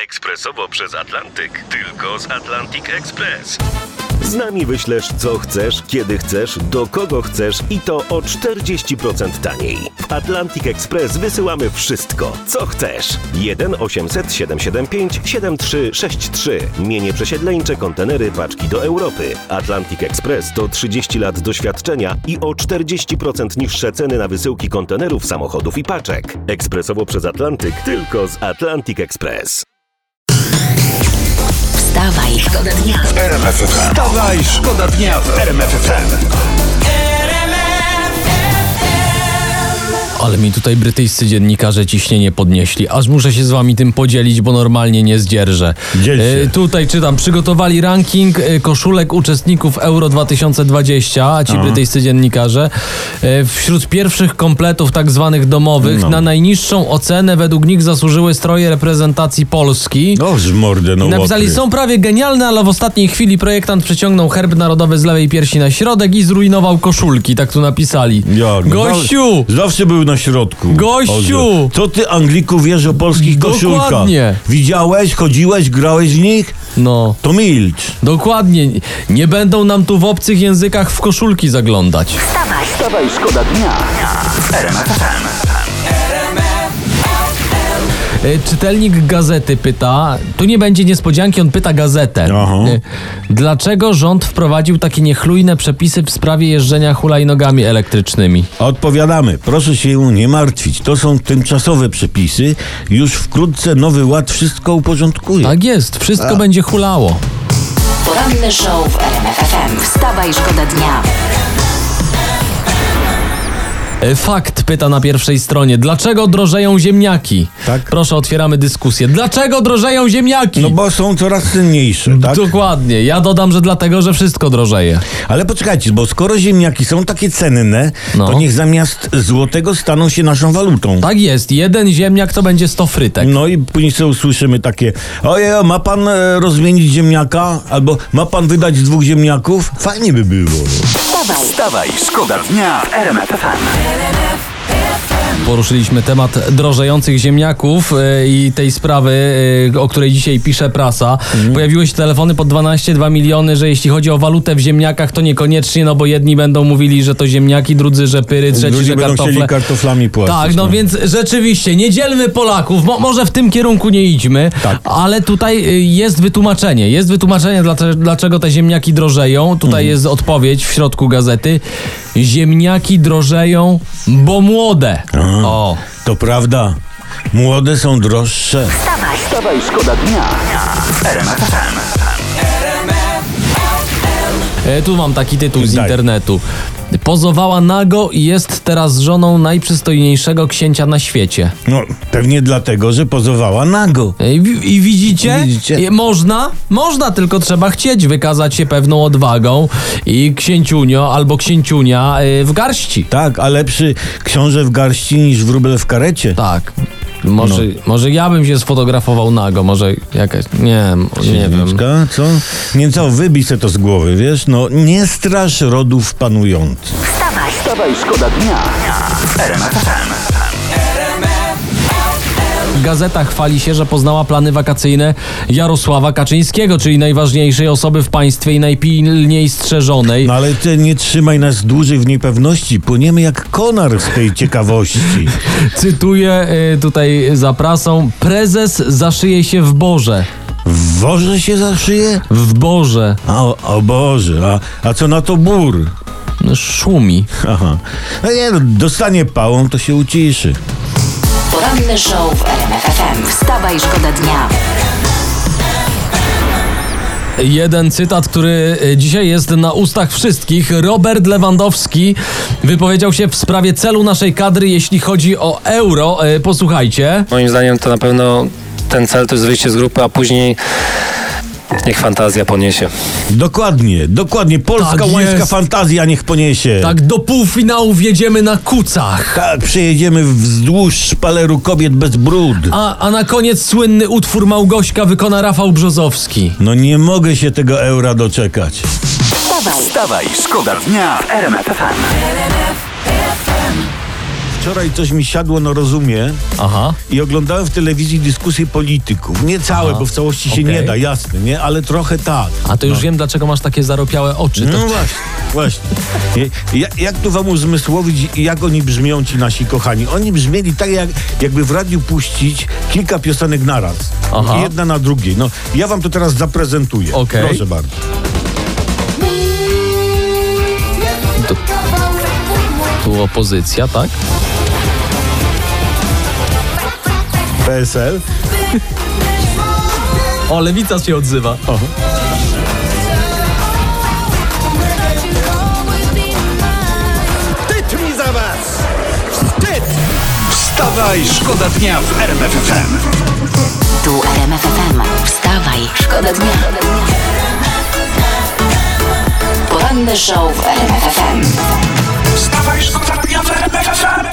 ekspresowo przez Atlantyk. Tylko z Atlantic Express. Z nami wyślesz co chcesz, kiedy chcesz, do kogo chcesz i to o 40% taniej. W Atlantic Express wysyłamy wszystko, co chcesz. 1 800 775 7363. Mienie przesiedleńcze, kontenery, paczki do Europy. Atlantic Express to 30 lat doświadczenia i o 40% niższe ceny na wysyłki kontenerów, samochodów i paczek. Ekspresowo przez Atlantyk, tylko z Atlantic Express. Wstawaj, szkoda dnia w RMF FM. Wstawaj, szkoda dnia w RMF FM. Ale mi tutaj brytyjscy dziennikarze ciśnienie podnieśli. Aż muszę się z wami tym podzielić, bo normalnie nie zdzierżę. Tutaj czytam, przygotowali ranking koszulek uczestników Euro 2020, a ci brytyjscy dziennikarze. Wśród pierwszych kompletów tak zwanych domowych na najniższą ocenę według nich zasłużyły stroje reprezentacji Polski. Z mordę, Napisali, są prawie genialne, ale w ostatniej chwili projektant przyciągnął herb narodowy z lewej piersi na środek i zrujnował koszulki. Tak tu napisali. Gościu! Zawsze był na środku. Gościu! Co ty, Angliku, wiesz o polskich koszulkach? Dokładnie. Widziałeś, chodziłeś, grałeś w nich? No. To milcz. Dokładnie. Nie będą nam tu w obcych językach w koszulki zaglądać. Wstawaj, szkoda dnia w RMF FM. Czytelnik gazety pyta, tu nie będzie niespodzianki, on pyta gazetę. Dlaczego rząd wprowadził takie niechlujne przepisy w sprawie jeżdżenia hulajnogami elektrycznymi? Odpowiadamy, proszę się nie martwić. To są tymczasowe przepisy. Już wkrótce Nowy Ład wszystko uporządkuje. Tak jest, wszystko będzie hulało. Poranny show w RMF FM. Wstawaj, szkoda dnia. Fakt pyta na pierwszej stronie. Dlaczego drożeją ziemniaki? Tak. Proszę, otwieramy dyskusję. Dlaczego drożeją ziemniaki? No bo są coraz cenniejsze, tak? Dokładnie. Ja dodam, że dlatego, że wszystko drożeje. Ale poczekajcie, bo skoro ziemniaki są takie cenne, to niech zamiast złotego staną się naszą walutą. Tak jest. Jeden ziemniak to będzie 100 frytek. No i później sobie usłyszymy takie: ojej, ma pan rozmienić ziemniaka? Albo ma pan wydać 2 ziemniaków? Fajnie by było. Wstawaj, szkoda dnia w RMF FM. Poruszyliśmy temat drożejących ziemniaków i tej sprawy, o której dzisiaj pisze prasa. Pojawiły się telefony po 12,2 miliony, że jeśli chodzi o walutę w ziemniakach, to niekoniecznie, no bo jedni będą mówili, że to ziemniaki, drudzy, że pyry, trzeci, że będą kartofle. chcieli kartoflami płacić. Tak, no więc rzeczywiście, nie dzielmy Polaków. Może w tym kierunku nie idźmy, ale tutaj jest wytłumaczenie. Jest wytłumaczenie, dlaczego te ziemniaki drożeją. Tutaj jest odpowiedź w środku gazety. Ziemniaki drożeją, bo młode. O. To prawda. Młode są droższe. Wstawaj, szkoda dnia w RMF FM. Tu mam taki tytuł z internetu. Pozowała nago i jest teraz żoną najprzystojniejszego księcia na świecie. No, pewnie dlatego, że pozowała nago. I widzicie? Można, tylko trzeba chcieć, wykazać się pewną odwagą i księciunio albo księciunia w garści. Tak, a lepszy książę w garści niż wróbel w karecie. Tak. Może ja bym się sfotografował nago, może jakaś, nie wiem. Co? Nie, wybij se to z głowy, wiesz? No, nie strasz rodów panujących. Wstawaj, szkoda dnia w RMF FM. Gazeta chwali się, że poznała plany wakacyjne Jarosława Kaczyńskiego, czyli najważniejszej osoby w państwie i najpilniej strzeżonej. No ale ty nie trzymaj nas dłużej w niepewności. Płyniemy jak konar z tej ciekawości. Cytuję tutaj za prasą: prezes zaszyje się w Boże. W Boże się zaszyje? W Boże. O Boże, a co na to bór? No, szumi. Aha. No nie, dostanie pałą, to się uciszy. Poranny show w RMF FM. Wstawaj, szkoda dnia. Jeden cytat, który dzisiaj jest na ustach wszystkich. Robert Lewandowski wypowiedział się w sprawie celu naszej kadry, jeśli chodzi o euro. Posłuchajcie. Moim zdaniem to na pewno ten cel to jest wyjście z grupy, a później niech fantazja poniesie. Dokładnie. Polska łańska fantazja niech poniesie. Tak, do półfinału wjedziemy na kucach. Tak, przejedziemy wzdłuż szpaleru kobiet bez brud. A na koniec słynny utwór Małgośka wykona Rafał Brzozowski. No nie mogę się tego eura doczekać. Wstawaj, szkoda dnia w RMF FM. wczoraj coś mi siadło na rozumie. Aha. I oglądałem w telewizji dyskusje polityków. Nie całe, bo w całości się nie da, jasne, nie? Ale trochę tak. A to już wiem, dlaczego masz takie zaropiałe oczy. No właśnie. Jak tu wam uzmysłowić, jak oni brzmią, ci nasi kochani? Oni brzmieli tak, jakby w radiu puścić kilka piosenek naraz. Aha. Jedna na drugiej. No, ja wam to teraz zaprezentuję. Okej. Proszę bardzo. Tu opozycja, tak? PSL. O, Lewica się odzywa. Aha. Wstyd mi za was! Wstyd! Wstawaj, szkoda dnia w RMF FM. Tu RMF FM. Wstawaj, szkoda dnia. Poranny show w RMF FM. Wstawaj, szkoda dnia w RMF FM.